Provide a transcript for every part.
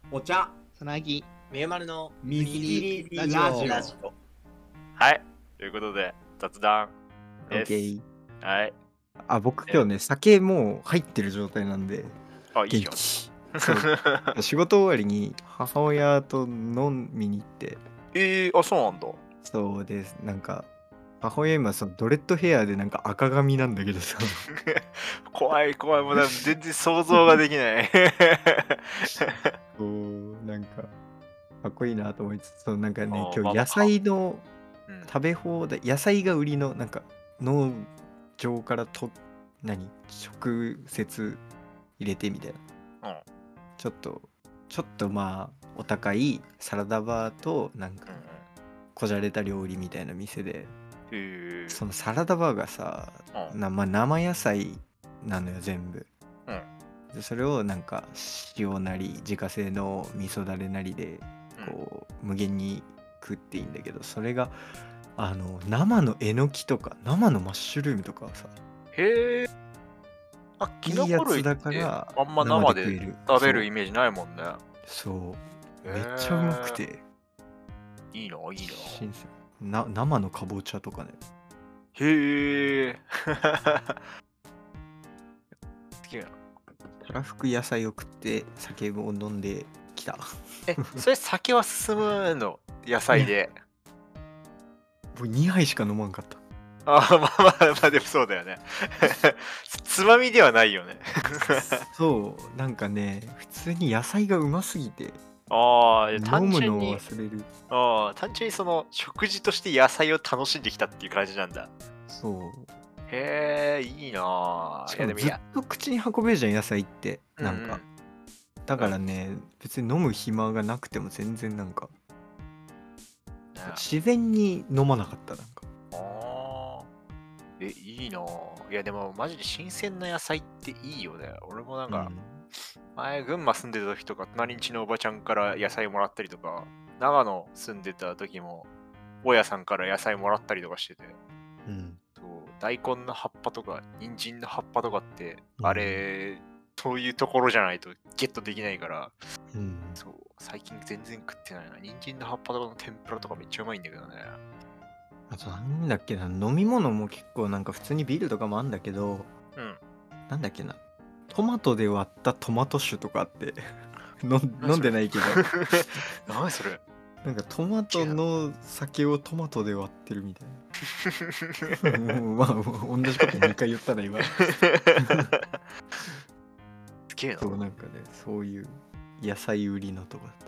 お茶、 つなぎ、 みゆまるのみずりラジオラジオ。 はい。ということで、雑談です。 オッケー。 はい。 僕今日ね、酒もう入ってる状態なんで、 あ、いいじゃん。 元気。そう仕事終わりに母親と飲みに行って、 あ、そうなんだ。 そうです。なんか、母親今そのドレッドヘアでなんか赤髪なんだけどさ、 怖い怖い、もう全然想像ができない。 そうなんか、かっこいいなと思いつつ、そうなんかね、 あー今日野菜のうん食べ放題、野菜が売りの、なんか農場から直接入れてみたいな。 うんちょっとまあお高いサラダバーとなんかこじゃれた料理みたいな店で、そのサラダバーがさ、 うんまあ、生野菜なのよ全部。 うんでそれをなんか塩なり自家製の味噌だれなりでうんこう無限に食っていいんだけど、それが生のえのきとか生のマッシュルームとかさ、 へえ。あ、キいいやノコ類つだってからあんま生生でで食える。 食べるイメージないもんね。 そうめっちゃうまくていいな、いい新鮮生のかぼちゃとかね。 な。へえ。好きやな。 たらふく野菜を食って酒を飲んできた。 それ酒は進むの野菜で。 僕2杯しか飲まんかった。 まあでもそうだよね。つまみではないよね。 そうなんかね、普通に野菜がうますぎて飲単むのを純に、 忘れる。 単純にその食事として野菜を楽しんできたっていう感じなんだ。 そうへえ、いいなぁ。 しかもずっと口に運べるじゃん野菜ってなんか、だからね別に飲む暇がなくても全然なんか自然に飲まなかったなんか。 いいなぁ。いやでもマジで新鮮な野菜っていいよね。俺もなんか、前群馬住んでた時とか隣ん家のおばちゃんから野菜もらったりとか、長野住んでた時も大家さんから野菜もらったりとかしてて、そう大根の葉っぱとか人参の葉っぱとかって、あれそういうところじゃないとゲットできないから、そう最近全然食ってないな。人参の葉っぱとかの天ぷらとかめっちゃうまいんだけどね。 あとなんだっけな、飲み物も結構なんか普通にビールとかもあんだけど、なんだっけな、トマトで割ったトマト酒とかあって飲んでないけど何それ。 なんかトマトの酒をトマトで割ってるみたいなまあ同じこと2回言ったら今すげえな。 そうなんかね、そういう野菜売りのとこだった。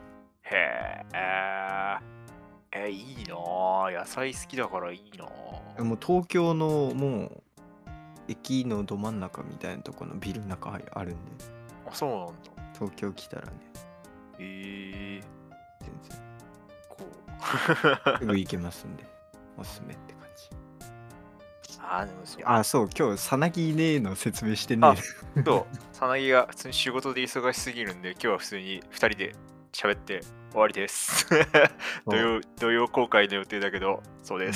へえ。いいなぁ。野菜好きだからいいなぁ。 もう東京のもう駅のど真ん中みたいなとこのビルの中あるんで。 あ、そうなんだ。 東京来たらね。 全然。こう。 すぐ行けますんで、おすすめって感じ。 でもそう。 そう、今日、さなぎねえの説明してねえ。そう、さなぎが普通に仕事で忙しすぎるんで、今日は普通に2人で喋って終わりです。土曜公開の予定だけど、そうです。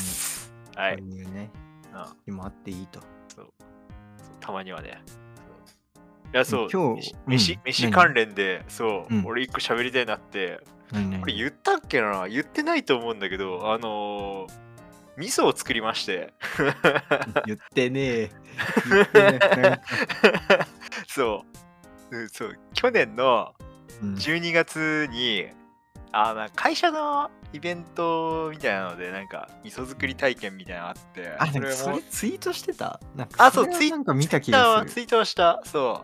はい。 そういうね、今あっていいと。 そうたまにはね。いや、そう、 今日、 飯関連で、そう、俺一個喋りたいなって、これ言ったっけな、言ってないと思うんだけど、味噌を作りまして。 言ってねそう、去年の12月に、会社のイベントみたいなので、なんか味噌作り体験みたいなのあって、 それツイートしてた？ そう、ツイートはした。そう、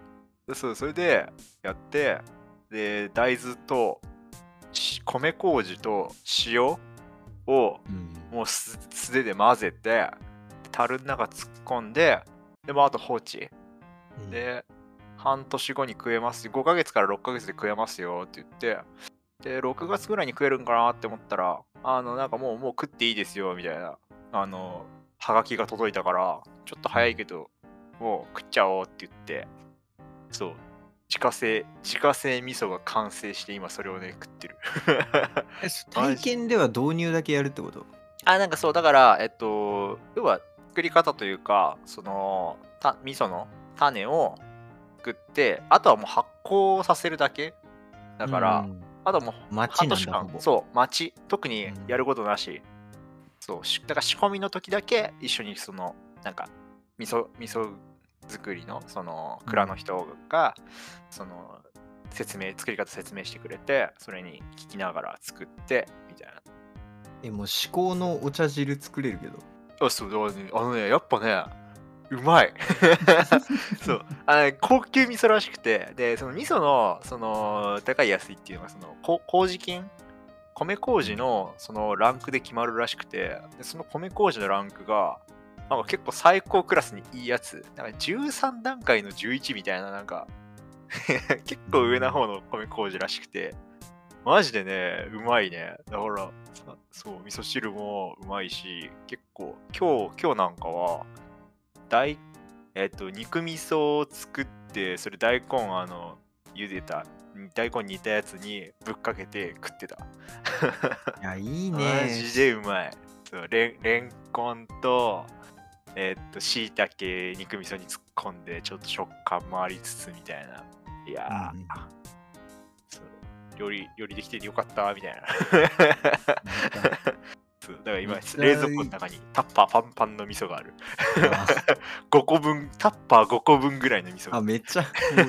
それでやって、で、大豆と米麹と塩をもう素手で混ぜて、樽の中突っ込んで、でもあと放置。で、半年後に食えます。5ヶ月から6ヶ月で食えますよって言って、で、6月ぐらいに食えるんかなって思ったら、なんかもう食っていいですよみたいな、はがきが届いたから、ちょっと早いけど、もう食っちゃおうって言って、そう、自家製味噌が完成して、今それをね、食ってる。 体験では導入だけやるってこと？ なんかそう、だから、要は作り方というか、その、味噌の種を作って、あとはもう発酵させるだけだから、 あともう町なんだ、ほぼ。 そう、町。特にやることなし。そう、だから仕込みの時だけ一緒にその、なんか、味噌作りの、その、蔵の人が、その、作り方説明してくれて、それに聞きながら作って、みたいな。 もう至高のお茶汁作れるけど。 そう、やっぱね、うまい。そう。高級味噌らしくて、で、その味噌の、その、高い安いっていうのが、その、麹菌米麹のそのランクで決まるらしくて、でその米麹のランクが、なんか結構最高クラスにいいやつ、なんか13段階の11みたいな、なんか結構上な方の米麹らしくて、マジでね、うまいね。だから、そう、味噌汁もうまいし、結構、今日なんかは、肉味噌を作って、それ大根、茹でた、大根煮たやつにぶっかけて食ってた。 いや、いいね。 マジでうまい。そう、レンコンと、しいたけ肉味噌に突っ込んで、ちょっと食感もありつつみたいな。いやー、そう料理できててよかったみたいな。そうだから今、冷蔵庫の中にタッパーパンパンの味噌がある。5個分、タッパー5個分ぐらいの味噌が。 めっちゃ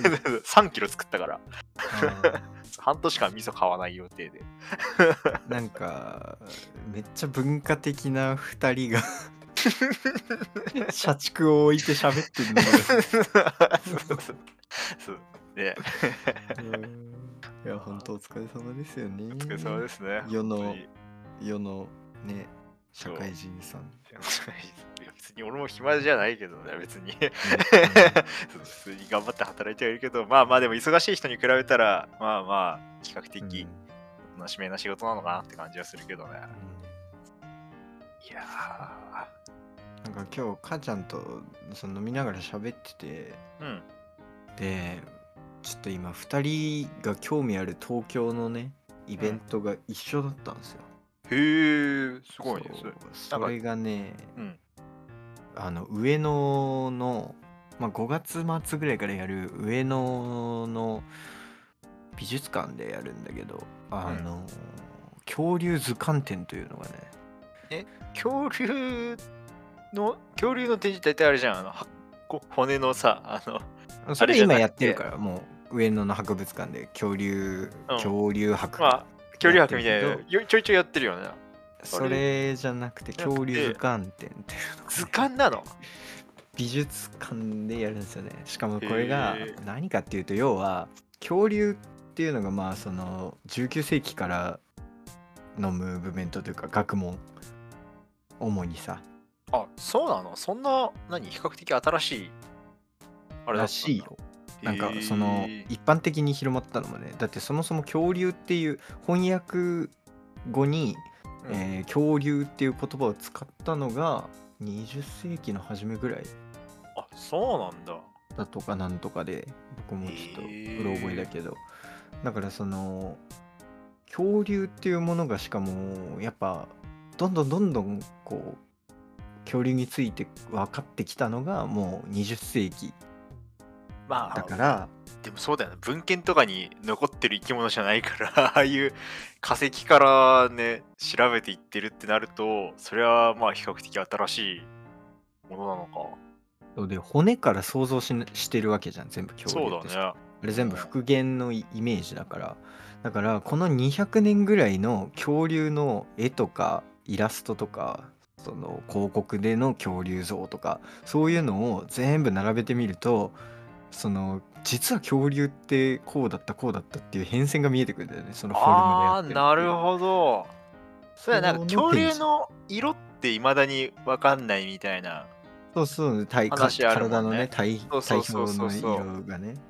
3キロ作ったから。半年間味噌買わない予定で。 なんか、めっちゃ文化的な2人が社畜を置いて喋ってるんだけど。 そう。ね。 いや、本当お疲れ様ですよね。 お疲れ様ですね。 世のね、社会人さん。 別に俺も暇じゃないけどね、別に。普通に頑張って働いてはいるけど、まあまあでも忙しい人に比べたら、まあまあ、比較的、楽しめな仕事なのかなって感じはするけどね。いやー。なんか今日、母ちゃんとその飲みながら喋ってて、で、ちょっと今2人が興味ある東京のね、イベントが一緒だったんですよ。 へえ、すごいね。 それがね、上野の、5月末ぐらいからやる上野の美術館でやるんだけど、恐竜図鑑展というのがね。 恐竜の展示大体あれじゃん、骨のさ、 それ今やってるから、もう上野の博物館で恐竜博。 恐竜博みたいな、ちょいちょいやってるよね。 それじゃなくて恐竜図鑑展っていうのが、 図鑑なの？ 美術館でやるんですよね。しかもこれが何かっていうと、要は恐竜っていうのがその19世紀からのムーブメントというか学問、主にさ。 あ、そうなの？そんな比較的新しいあれらしいよ。なんかその一般的に広まったのもね、だってそもそも恐竜っていう翻訳語に、恐竜っていう言葉を使ったのが20世紀の初めぐらい。 あ、そうなんだ。 だとかなんとかで、僕もちょっとうろ覚えだけど、だからその恐竜っていうものがしかもやっぱどんどんこう恐竜について分かってきたのがもう20世紀。だからでもそうだよね、文献とかに残ってる生き物じゃないからああいう化石からね調べていってるってなると、それはまあ比較的新しいものなのか。 そうで、骨から想像してるわけじゃん、全部恐竜って。 そうだね。 あれ全部復元のイメージだから、だからこの200年ぐらいの恐竜の絵とかイラストとか、その広告での恐竜像とか、そういうのを全部並べてみると、その実は恐竜ってこうだったっていう変遷が見えてくるんだよね、そのフォルムでやってる。 なるほど。そうや、なんか恐竜の色っていまだに分かんないみたいな。 そう話あるもんね。 体のね、体表の色がね。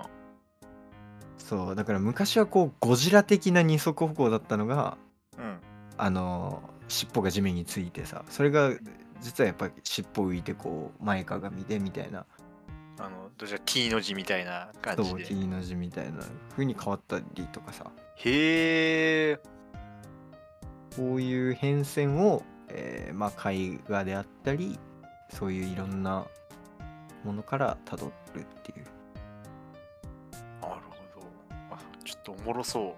そうだから昔はこうゴジラ的な二足歩行だったのが、尻尾が地面についてさ、それが実はやっぱり尻尾浮いてこう前かがみでみたいな、 どうした T の字みたいな感じで。 そう T の字みたいな風に変わったりとかさ。 へえ。 こういう変遷を、絵画であったり、そういういろんなものからたどるっていう。 なるほど。ちょっとおもろそう。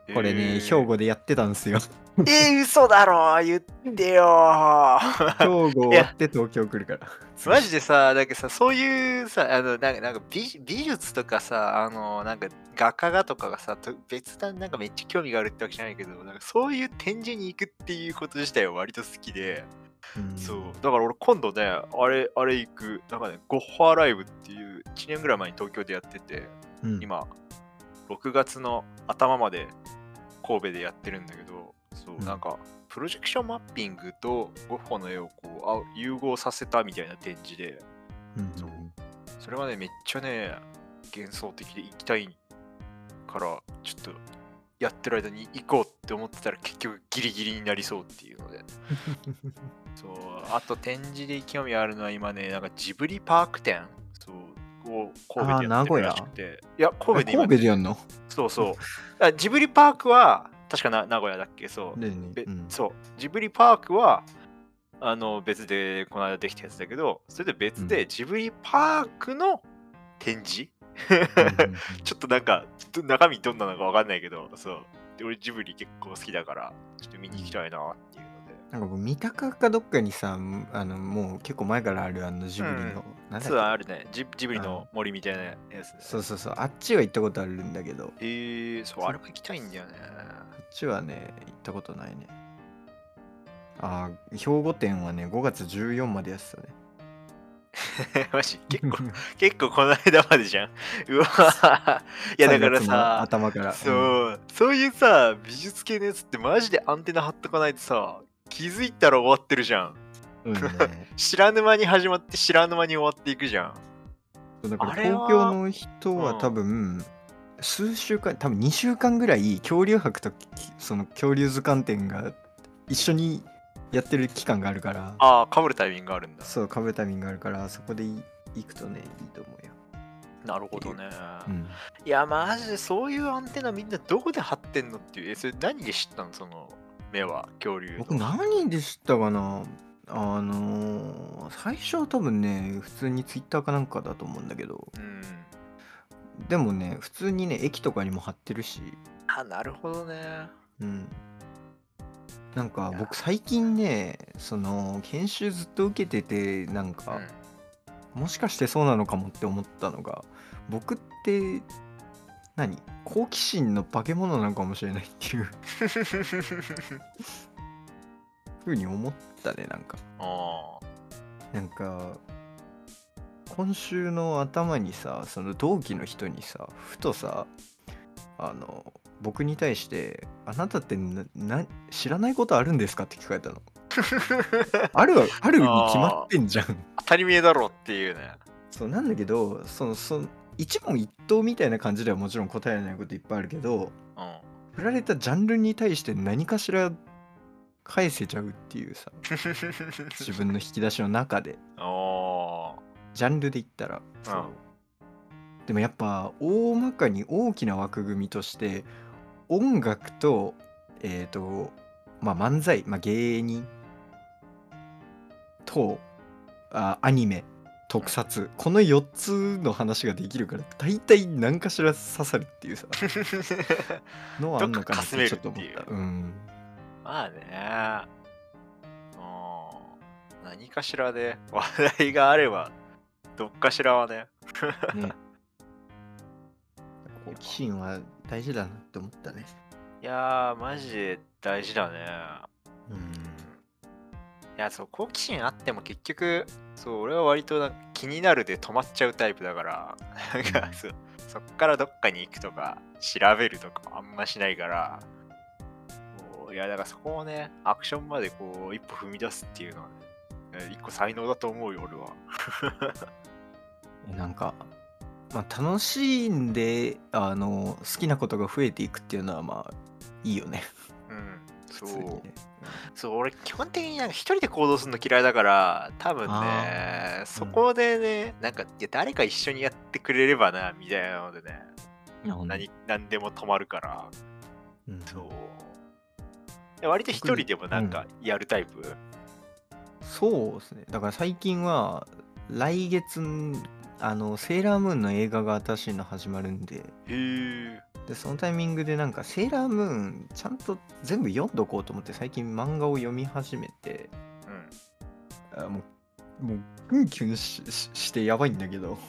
これね、兵庫でやってたんですよ。 嘘だろ言ってよ兵庫終わって東京来るから。 マジでさ、なんかさ、そういうさ、なんか美術とかさ、なんか画家画とかがさ、別段なんかめっちゃ興味があるってわけじゃないけど、なんかそういう展示に行くっていうこと自体は割と好きで、そう。だから俺今度ね、あれ行く、なんかね、ゴッホアライブっていう1年ぐらい前に東京でやってて、今、6月の頭まで神戸でやってるんだけど、そう、なんか、プロジェクションマッピングとゴッホの絵をこう融合させたみたいな展示で、そうそれはね、めっちゃね、幻想的で行きたいから、ちょっとやってる間に行こうって思ってたら結局ギリギリになりそうっていうので。そう、あと展示で興味あるのは今ね、なんかジブリパーク展を神戸でやってるらしくて。いや、神戸でやんの？ そうそう。ジブリパークは、確か名古屋だっけ？そう。そう。ジブリパークは、別でこの間できたやつだけど、それで別でジブリパークの展示ちょっとなんか、中身どんなのかわかんないけど、そう。で俺ジブリ結構好きだから、ちょっと見に行きたいなっていうので。 なんかもう三鷹かどっかにさ、もう結構前からあるジブリの、 なんだっけ？あるね。ジブリの森みたいなやつね。 そうそうそう。あっちは行ったことあるんだけど。 そう、あれも行きたいんだよね。 こっちはね、行ったことないね。兵庫店はね、5月14までやってたね。 マジ結構この間までじゃん。うわいやだからさ、 頭からそういうさ、美術系のやつってマジでアンテナ張っとかないとさ、気づいたら終わってるじゃん。知らぬ間に始まって知らぬ間に終わっていくじゃん。 だから東京の人は多分、数週間、多分2週間ぐらい恐竜博とその恐竜図鑑展が一緒にやってる期間があるから。 被るタイミングがあるんだ。 そう、被るタイミングがあるから、そこで行くとね、いいと思うよ。 なるほどね。いや、マジでそういうアンテナみんなどこで張ってんのっていう。それ何で知ったの？その目は、恐竜の。 僕何で知ったかな？最初は多分ね、普通にツイッターかなんかだと思うんだけど、でもね、普通にね、駅とかにも貼ってるし。 なるほどね。 なんか僕最近ね、研修ずっと受けてて、なんか、もしかしてそうなのかもって思ったのが、僕って好奇心の化け物なのかもしれないっていうふうに思ったね。なんか今週の頭にさ、その同期の人にさ、ふとさ、僕に対して「あなたって知らないことあるんですか？」って聞かれたの。あるに決まってんじゃん。 当たり前だろっていうね。 そうなんだけど、一問一答みたいな感じではもちろん答えられないこといっぱいあるけど、振られたジャンルに対して何かしら返せちゃうっていうさ、自分の引き出しの中で。ジャンルで言ったら。でもやっぱ大まかに大きな枠組みとして音楽と漫才、芸人とアニメ、特撮、この4つの話ができるから大体何かしら刺さるっていうさのはあんのかなってちょっと思った。 まあね、何かしらで話題があればどっかしらはね。 好奇心は大事だなって思ったね。 いやー、マジで大事だね。いや、そう、好奇心あっても結局、そう、俺は割と気になるで止まっちゃうタイプだから、そっからどっかに行くとか、調べるとかあんましないから、いや、だからそこをね、アクションまでこう、一歩踏み出すっていうのはね、一個才能だと思うよ、俺は。 なんか、楽しんで好きなことが増えていくっていうのはいいよね。 そう、俺基本的に一人で行動するの嫌いだから、多分ね、そこでね、誰か一緒にやってくれればな、みたいなのでね、何でも止まるから、割と一人でもやるタイプ？ そうですね。だから最近は、来月、セーラームーンの映画が新しいの始まるんで、 で、そのタイミングでなんかセーラームーンちゃんと全部読んどこうと思って最近漫画を読み始めて、もうキュンキュンしてやばいんだけど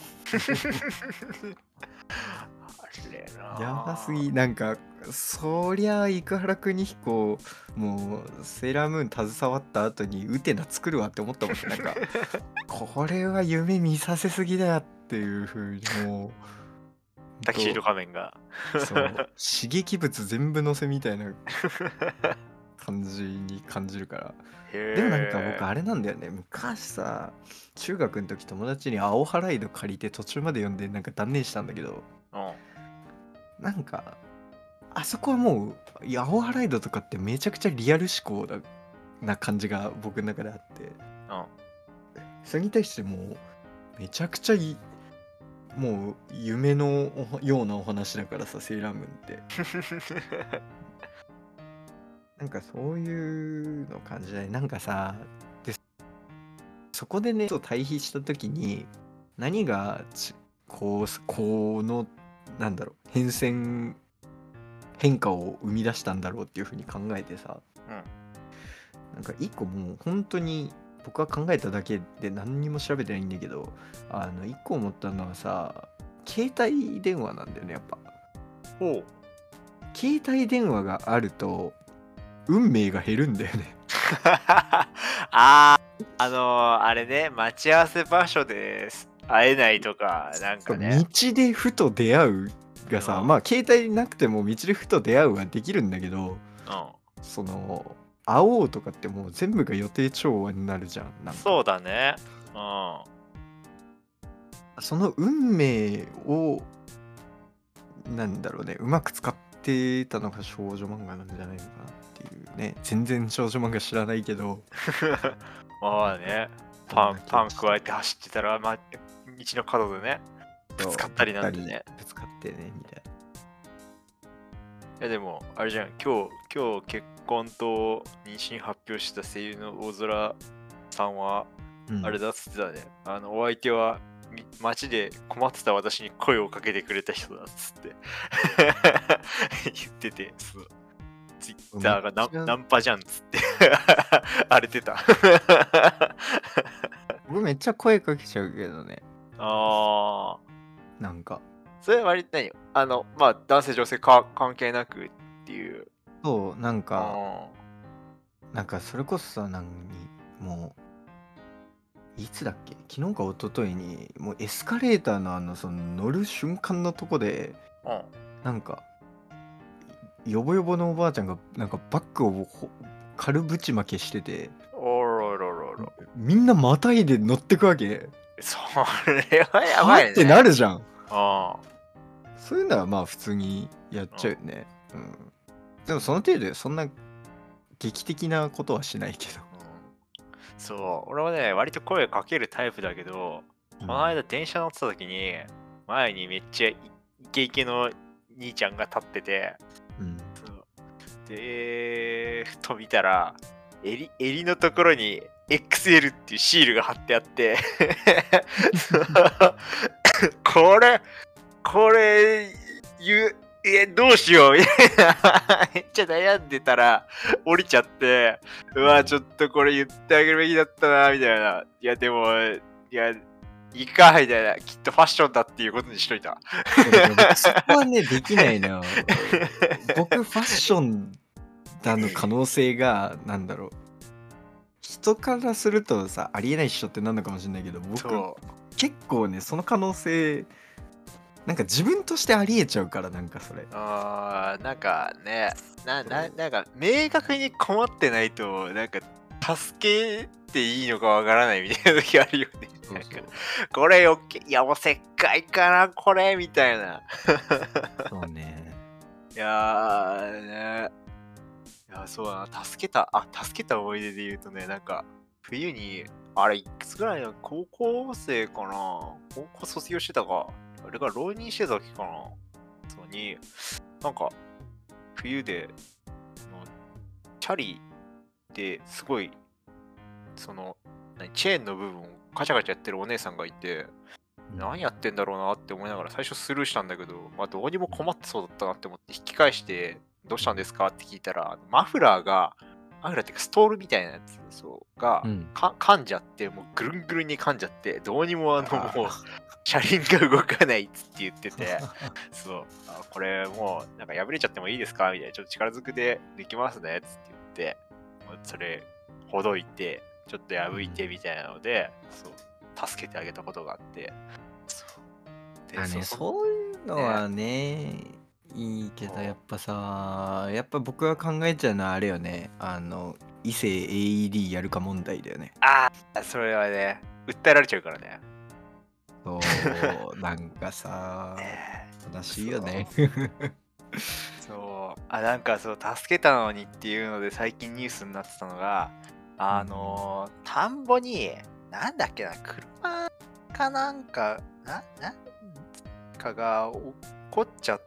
やばすぎ。なんかそりゃ生原邦彦もうセーラームーン携わった後にウテナ作るわって思ったもんね。なんかこれは夢見させすぎだよっていう風にもうタキシード仮面がそう刺激物全部乗せみたいな感じに感じるから。でもなんか僕あれなんだよね、昔さ中学の時友達に青ハライド借りて途中まで読んでなんか断念したんだけど、なんかあそこはもう青ハライドとかってめちゃくちゃリアル思考な感じが僕の中であって、それに対してもうめちゃくちゃもう夢のようなお話だからさ、セーラームーンってなんかそういうの感じない。なんかさ、でそこでねと対比した時に何がこのなんだろう変化を生み出したんだろうっていうふうに考えてさ、なんか一個もう本当に僕は考えただけで何にも調べてないんだけど、一個思ったのはさ、携帯電話なんだよね、やっぱ。携帯電話があると運命が減るんだよねあれね、待ち合わせ場所で会えないとか、なんかね。 道でふと出会うがさ、まあ携帯なくても道でふと出会うはできるんだけど、その会おうとかってもう全部が予定調和になるじゃん。なんかそうだね。 その運命をなんだろうね、うまく使ってたのが少女漫画なんじゃないのかなっていうね。全然少女漫画知らないけどまあね、パン加えて走ってたら、道の角でね、ぶつかったりなんてね。 ぶつかってねみたいな。 いやでもあれじゃん、今日結婚と妊娠発表した声優の大空さんは、あれだっつってたね。お相手は街で困ってた私に声をかけてくれた人だっつって言ってて、そうツイッターがナンパじゃんっつって荒れてた僕めっちゃ声かけちゃうけどね。なんかそれは割とまあ男性女性関係なくっていう。 そう、なんかそれこそさ、もういつだっけ、昨日か一昨日にもうエスカレーターのその乗る瞬間のとこで、なんかヨボヨボのおばあちゃんがなんかバッグを軽ぶちまけしてて、みんなまたいで乗ってくわけ。 それはやばいね。 ってなるじゃん。そういうのはまあ普通にやっちゃうよね。でもその程度でそんな劇的なことはしないけど。 そう、俺はね、割と声かけるタイプだけど、この間電車乗ってた時に、前にめっちゃイケイケの兄ちゃんが立ってて、で、ふと見たら、襟のところに XL っていうシールが貼ってあってこれどうしようみたいなめっちゃ悩んでたら降りちゃって、うわちょっとこれ言ってあげるべきだったなみたいな。いやでもいいかみたいな、きっとファッションだっていうことにしといた。 そこはねできないの。僕ファッションだの可能性がなんだろう、人からするとさありえないっしょってなんのかもしれないけど、僕結構ねその可能性なんか自分としてありえちゃうから、なんかそれなんかね、なんか明確に困ってないとなんか助けていいのかわからないみたいな時あるよね。なんかこれよいやもうせっかいかなこれみたいな。 そうね。 いやそうだな、助けた思い出で言うとね、なんか冬にあれいくつぐらいの高校生かな、高校卒業してたか、あれが浪人してた時かな、そうになんか冬でチャリですごいそのチェーンの部分をカチャカチャやってるお姉さんがいて、 何やってんだろうなって思いながら最初スルーしたんだけど、まあ、どうにも困ってそうだったなって思って引き返して、どうしたんですかって聞いたら、マフラーっていうかストールみたいなやつが、噛んじゃって、もうぐるんぐるんに噛んじゃって、どうにももう車輪が動かないっつって言ってて、そうこれもうなんか破れちゃってもいいですかみたいな、ちょっと力ずくでできますねっつって言って、それほどいて、ちょっと破いてみたいなので、そう助けてあげたことがあって、 そういうのはね、いいけど、やっぱさ、やっぱ僕が考えちゃうのはあれよね、異性 AED やるか問題だよね。 それはね、訴えられちゃうからね。 そう、なんかさ、悲しいよね。 そう、なんかそう、助けたのにっていうので最近ニュースになってたのが、田んぼに、なんだっけな、車かなんか、なんかが起こっちゃって、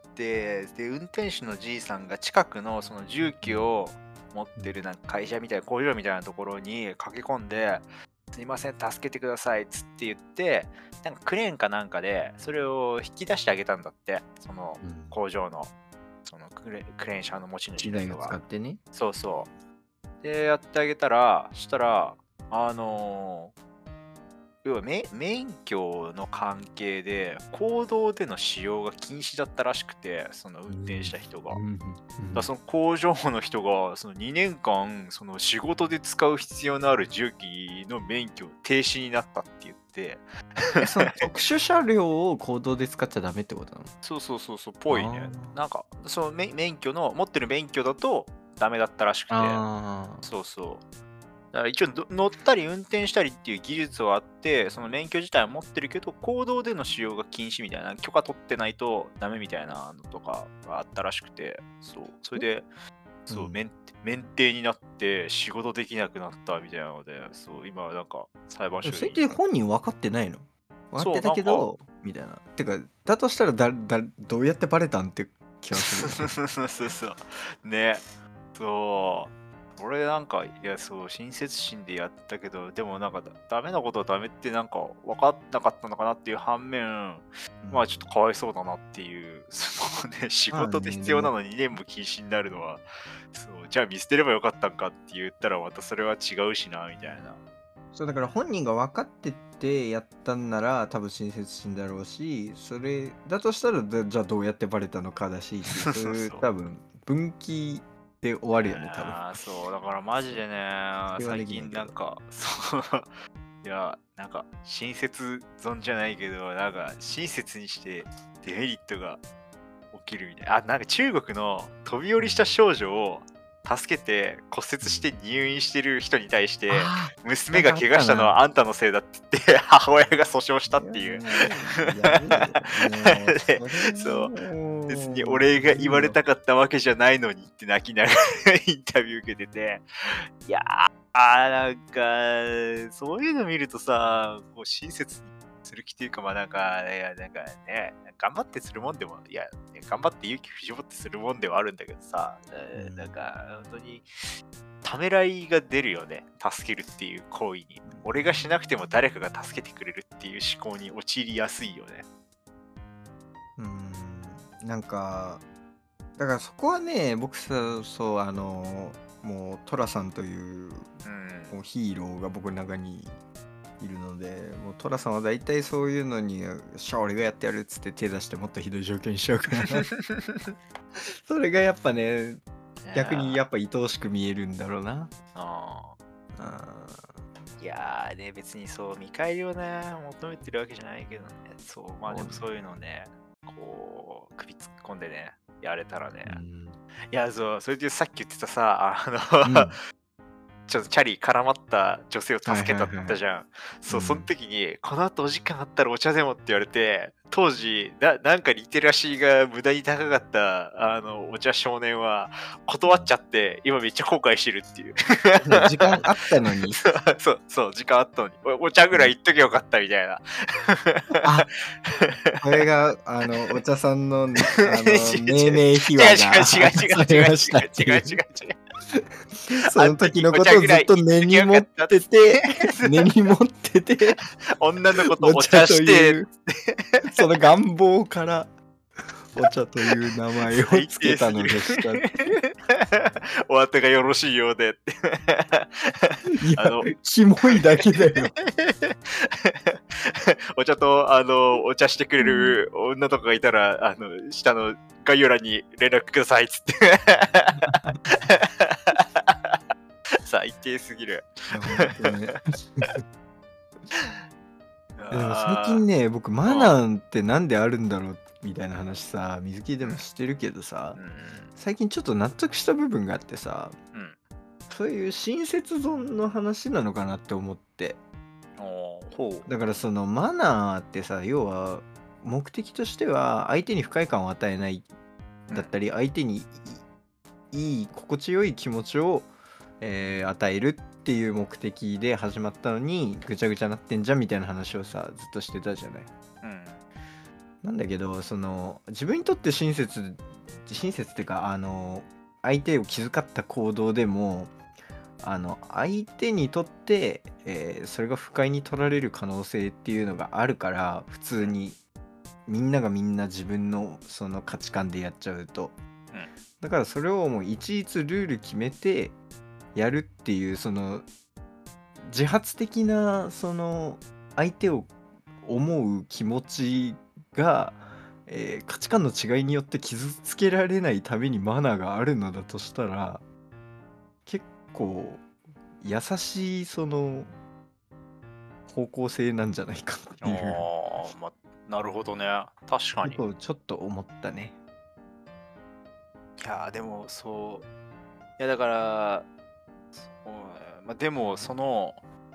で、運転手のじいさんが近くのその重機を持ってるなんか会社みたいな工場みたいなところに駆け込んで、すいません、助けてくださいっつって言って、なんかクレーンかなんかでそれを引き出してあげたんだって、その工場の、そのクレーン車の持ち主の人が。 使ってね。 そうそう。で、やってあげたら、したら、要は免許の関係で公道での使用が禁止だったらしくて、その運転した人が。だその工場の人がその2年間その仕事で使う必要のある重機の免許停止になったって言って、 その特殊車両を公道で使っちゃダメってことなの？ そうぽいね。なんかその免許の持ってる免許だとダメだったらしくて、そうだから一応乗ったり運転したりっていう技術はあって、その免許自体は持ってるけど、公道での使用が禁止みたいな、許可取ってないとダメみたいなのとかがあったらしくて、それで、免停になって仕事できなくなったみたいなので、今はなんか裁判所に。 それって本人分かってないの？分かってたけど、みたいな。てか、だとしたらどうやってバレたんって気がする。 そうね。俺なんか、親切心でやったけど、でもなんかダメなことはダメってなんか分かんなかったのかなっていう反面、まあちょっとかわいそうだなっていう、仕事で必要なのに2年も禁止になるのは、じゃあ見捨てればよかったんかって言ったらまたそれは違うしな、みたいな。 そうだから本人が分かっててやったんなら多分親切心だろうし、それだとしたらじゃあどうやってバレたのかだし、そういう多分分岐で終わるよね、多分。 そうだからマジでね、最近なんかいやなんか親切損じゃないけど、なんか親切にしてデメリットが起きるみたいな。なんか中国の飛び降りした少女を助けて骨折して入院してる人に対して、娘が怪我したのはあんたのせいだって言って母親が訴訟したっていう。そう別に俺が言われたかったわけじゃないのにって泣きながらインタビュー受けてて、いやなんかそういうの見るとさ、こう親切にする気っていうか、まあなんかね、頑張ってするもんでも、頑張って勇気振り絞ってするもんではあるんだけどさ、なんか本当にためらいが出るよね、助けるっていう行為に。俺がしなくても誰かが助けてくれるっていう思考に陥りやすいよね。 なんかだからそこはね、僕さ、もうトラさんという、もうヒーローが僕の中にいるので、もうトラさんは大体そういうのに俺がやってやるっつって手出してもっとひどい状況にしちゃうからそれがやっぱね、逆にやっぱ愛おしく見えるんだろうな。 いやね、別に見返りをね求めてるわけじゃないけどね、まあでもそういうのね、こう首突っ込んでねやれたらね、いやそれでさっき言ってたさ、ちょっとチャリ絡まった女性を助けたって言ったじゃん。その時に、この後お時間あったらお茶でもって言われて、当時、なんかリテラシーが無駄に高かった、お茶少年は断っちゃって、今めっちゃ後悔してるっていう。 時間あったのに。 そう、時間あったのに。お茶ぐらい言っときゃよかったみたいな。 これが、お茶さんの、命名秘話が。 違う。 その時のことをずっと根に持ってて、根に持ってて、 女の子とお茶して、 その願望からお茶という名前をつけたのでした。 お後がよろしいようでって。 いや、キモいだけだよ。 お茶とお茶してくれる女とかがいたら、下の概要欄に連絡くださいっつって。最低すぎる。 でも最近ね、僕マナーってなんであるんだろうみたいな話さ、水木でもしてるけどさ、最近ちょっと納得した部分があってさ、そういう親切損の話なのかなって思って。だからそのマナーってさ、要は目的としては相手に不快感を与えないだったり、相手にいい心地よい気持ちを、与えるっていう目的で始まったのにぐちゃぐちゃなってんじゃんみたいな話をさずっとしてたじゃない。なんだけどその自分にとって親切っていうか相手を気遣った行動でも相手にとって、それが不快に取られる可能性っていうのがあるから普通にみんながみんな自分のその価値観でやっちゃうと、だからそれをもういちいちルール決めてやるっていうその自発的なその相手を思う気持ちが、価値観の違いによって傷つけられないためにマナーがあるのだとしたら結構優しいその方向性なんじゃないかっていう。 なるほどね。確かに。 ちょっと思ったね。 いやでもそう。いやだからでもその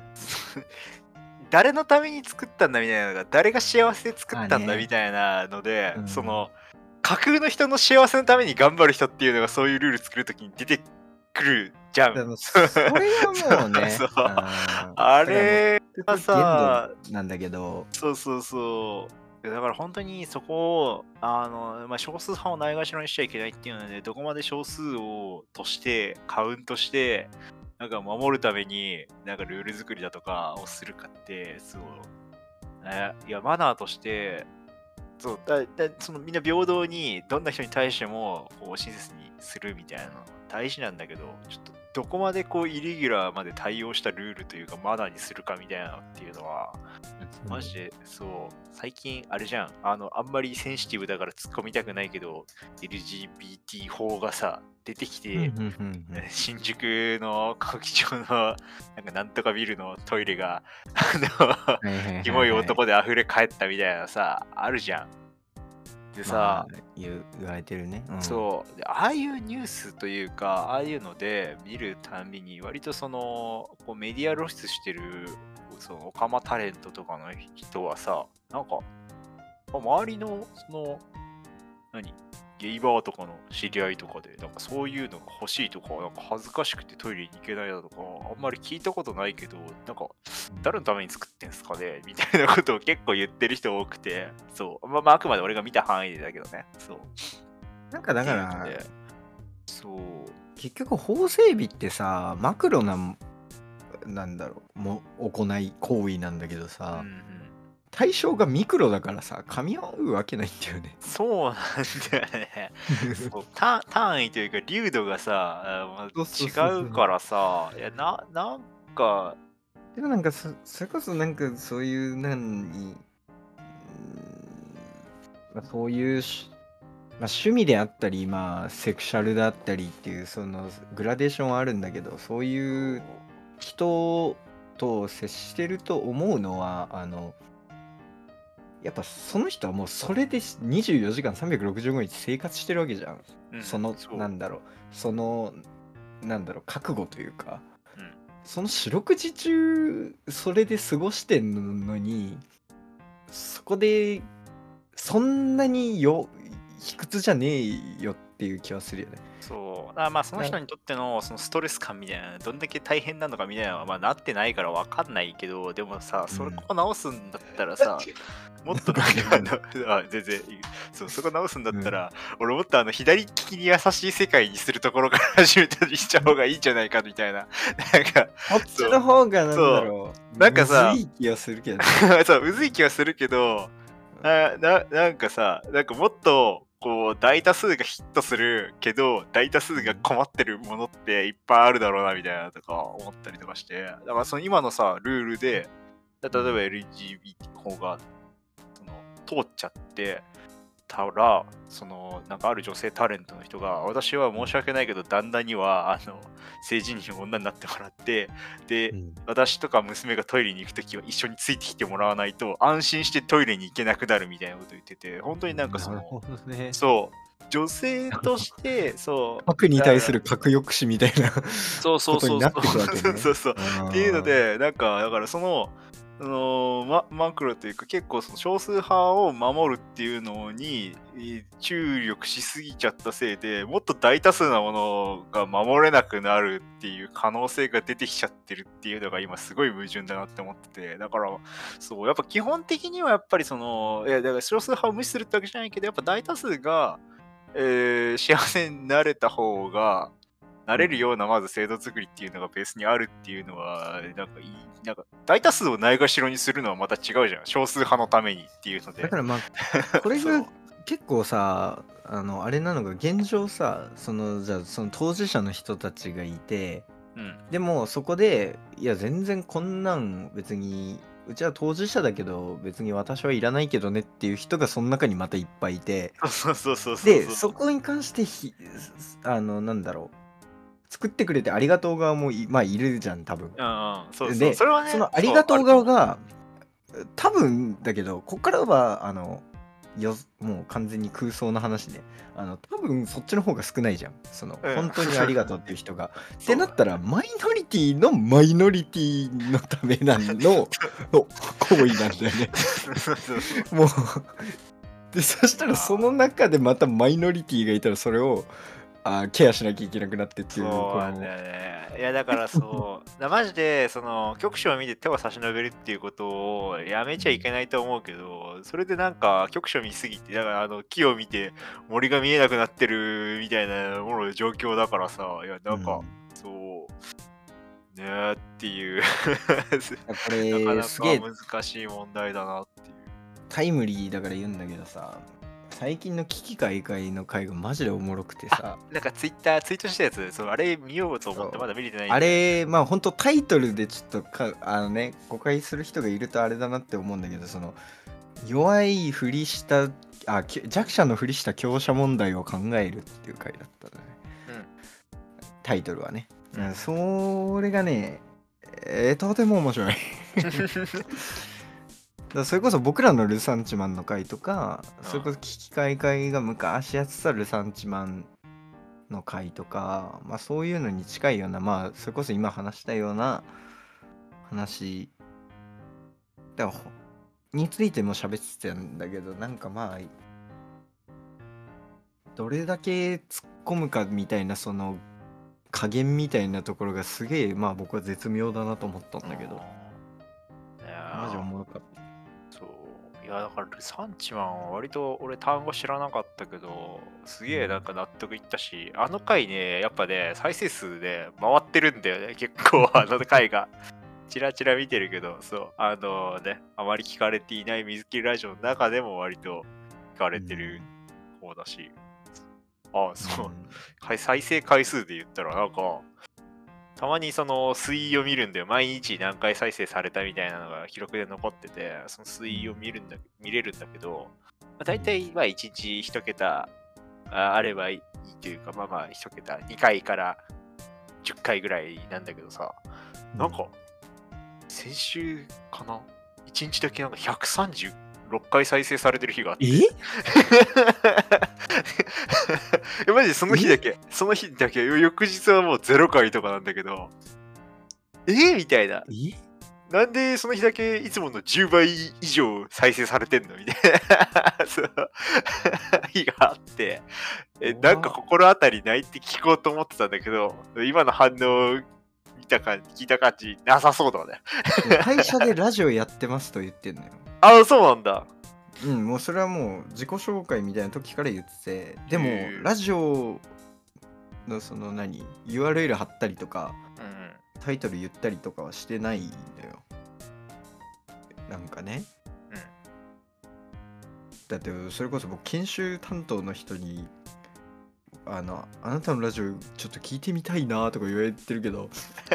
誰のために作ったんだみたいなのが誰が幸せで作ったんだみたいなので、その架空の人の幸せのために頑張る人っていうのがそういうルール作るときに出てくるじゃん。 でもそれはもうねあれがさなんだけど、 だから本当にそこを少数派をないがしろにしちゃいけないっていうので、どこまで少数をとしてカウントしてなんか守るためになんかルール作りだとかをするかっていやマナーとしてそのみんな平等にどんな人に対してもこう親切にするみたいなの大事なんだけど、ちょっとどこまでこうイレギュラーまで対応したルールというかマナーにするかみたいなのっていうのはマジで最近あれじゃん、あんまりセンシティブだから突っ込みたくないけど LGBT 法がさ出てきて、新宿の歌舞伎町のなんとかビルのトイレがキモい男で溢れ返ったみたいなさあるじゃん。でさ、 言われてるね。 でああいうニュースというかああいうので見るたびに割とそのこうメディア露出してるそのオカマタレントとかの人はさ、なんか周りのそのゲイバーとかの知り合いとかでなんかそういうのが欲しいとか、なんか恥ずかしくてトイレに行けないだとかあんまり聞いたことないけど、なんか誰のために作ってんすかねみたいなことを結構言ってる人多くて、あくまで俺が見た範囲でだけどね。 なんかだから結局法整備ってさマクロなんだろう行為なんだけどさ、対象がミクロだからさ噛み合うわけないんだよね。 そうなんだよね。単位というか流度がさ違うからさ、いやなんかでもなんかそれこそなんかそういうそういう趣味であったりセクシャルだったりっていうそのグラデーションはあるんだけど、そういう人と接してると思うのはやっぱその人はもうそれで24時間365日生活してるわけじゃん。その覚悟というか、その四六時中それで過ごしてんのに、そこでそんなに卑屈じゃねえよっっていう気はするよね。 そう。まあその人にとってのそのストレス感みたいな、どんだけ大変なのかみたいなのはまあなってないから分かんないけど、でもさ、そこ直すんだったらさ、もっと全然いい。そう、そこ直すんだったら、俺もっと左利きに優しい世界にするところから始めたりした方がいいんじゃないかみたいな。なんか、 こっちの方がなんだろう。 なんかさ、 むずい気はするけどね。 そう、むずい気はするけど、なんかさ、なんかもっと、こう、大多数がヒットするけど、大多数が困ってるものっていっぱいあるだろうな、みたいなとか思ったりとかして、だからその今のさ、ルールで、例えば LGBT 法が、通っちゃってたら、なんかある女性タレントの人が、私は申し訳ないけど、旦那には、性自認女になってもらって、で、私とか娘がトイレに行くときは一緒についてきてもらわないと、安心してトイレに行けなくなるみたいなこと言ってて、本当になんかそう、女性として、そう。 核に対する核抑止みたいなことになってくるわけね。 そうそう。っていうので、なんか、だからマクロというか結構その少数派を守るっていうのに注力しすぎちゃったせいでもっと大多数なものが守れなくなるっていう可能性が出てきちゃってるっていうのが今すごい矛盾だなって思ってて、だからそうやっぱ基本的にはやっぱりだから少数派を無視するってわけじゃないけどやっぱ大多数が、幸せになれた方がなれるようなまず制度作りっていうのがベースにあるっていうのはなんか大多数をないがしろにするのはまた違うじゃん、少数派のためにっていうので。 だからまあこれが結構さあれなのが現状さじゃあその当事者の人たちがいて、でもそこでいや全然こんなん別にうちは当事者だけど別に私はいらないけどねっていう人がその中にまたいっぱいいて、でそこに関してなんだろう、作ってくれてありがとう側もまあいるじゃん多分。でそのありがとう側が多分だけどこっからはもう完全に空想の話ね。多分そっちの方が少ないじゃん。本当にありがとうっていう人が。ってなったらマイノリティのマイノリティのための行為なんだよね。もうでそしたらその中でまたマイノリティがいたらそれをケアしなきゃいけなくなってっていう。 そうなんだよね。いやだからマジで局所を見て手を差し伸べるっていうことをやめちゃいけないと思うけど、それでなんか局所見すぎてだから木を見て森が見えなくなってるみたいなもの状況だからさ、いやなんか、ねーっていうこれなかなか難しい問題だなっていう。 タイムリーだから言うんだけどさ、最近の危機開会の回がマジでおもろくてさ、 なんかツイートしたやつ、あれ見ようと思ってまだ見れてない。 あれまあほんとタイトルでちょっと誤解する人がいるとあれだなって思うんだけど、弱いふりした弱者のふりした強者問題を考えるっていう回だったのね、タイトルはね、それがねとても面白いそれこそ僕らのルサンチマンの回とか、それこそ危機開会が昔やってたルサンチマンの回とか、まあそういうのに近いような、まあそれこそ今話したような話についても喋ってたんだけど、なんかまあどれだけ突っ込むかみたいな加減みたいなところがすげえまあ僕は絶妙だなと思ったんだけど、マジおもろかった。 いやだからルサンチマンは割と俺単語知らなかったけどすげえなんか納得いったし、あの回ねやっぱね再生数で回ってるんだよね結構回がチラチラ見てるけど、あまり聞かれていない水切りラジオの中でも割と聞かれてる方だし、再生回数で言ったらなんかたまに推移を見るんだよ。毎日何回再生されたみたいなのが記録で残ってて、その推移を見れるんだけど、大体1日1桁あればいいというか、まあ1桁、2回から10回ぐらいなんだけどさ、なんか先週かな ?1 日だけなんか136回再生されてる日があって。マジでその日だけ、翌日はもう0回とかなんだけど、みたいな。なんでその日だけいつもの10倍以上再生されてんのみたいな。 日があって、なんか心当たりないって聞こうと思ってたんだけど、今の反応を聞いた感じなさそうだね。 会社でラジオやってますと言ってんのよ。 あ、そうなんだ。 うん、もうそれはもう自己紹介みたいな時から言ってて、でもラジオのそのURL 貼ったりとか、タイトル言ったりとかはしてないんだよ。なんかね。だってそれこそ僕研修担当の人にあなたのラジオちょっと聞いてみたいなとか言われてるけど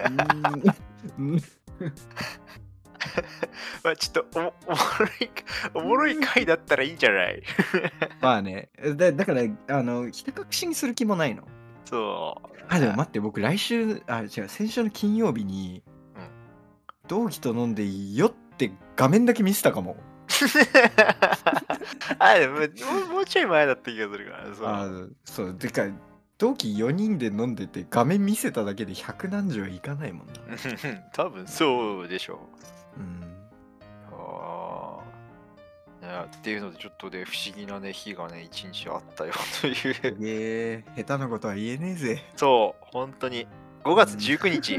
まあちょっとおもろい回だったらいいんじゃないまあねだからひた隠しにする気もないの。 そう。 でも待って、僕先週の金曜日に、同期と飲んで酔って画面だけ見せたかも。 でももうちょい前だった気がするから。 そうでか同期4人で飲んでて画面見せただけで100何十はいかないもんな。 多分そうでしょう。っていうのでちょっとで不思議なね日がね一日あったよという。 下手なことは言えねえぜ。 そう本当に5月19日。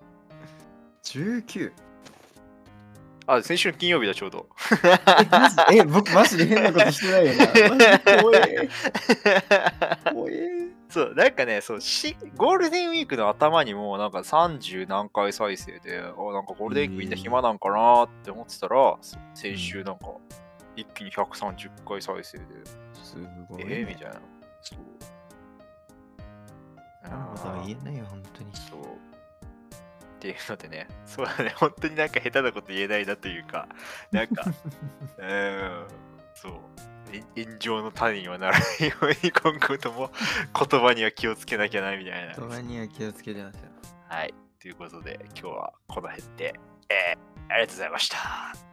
19。 先週の金曜日だちょうど。 僕マジで変なことしてないよな。マジで怖え。怖え。 そうなんかねゴールデンウィークの頭にもなんか30何回再生でなんかゴールデンウィークみんな暇なんかなって思ってたら、先週なんか一気に130回再生で、 すごい、 みたいな。そう。 まだ言えないよ本当に。 そうっていうのでね、そうだね、本当になんか下手なこと言えないなというか、なんかそう炎上の種にはならないように今後とも言葉には気をつけなきゃなみたいな。 言葉には気をつけてますよ。 はい、ということで今日はこの辺で、ありがとうございました。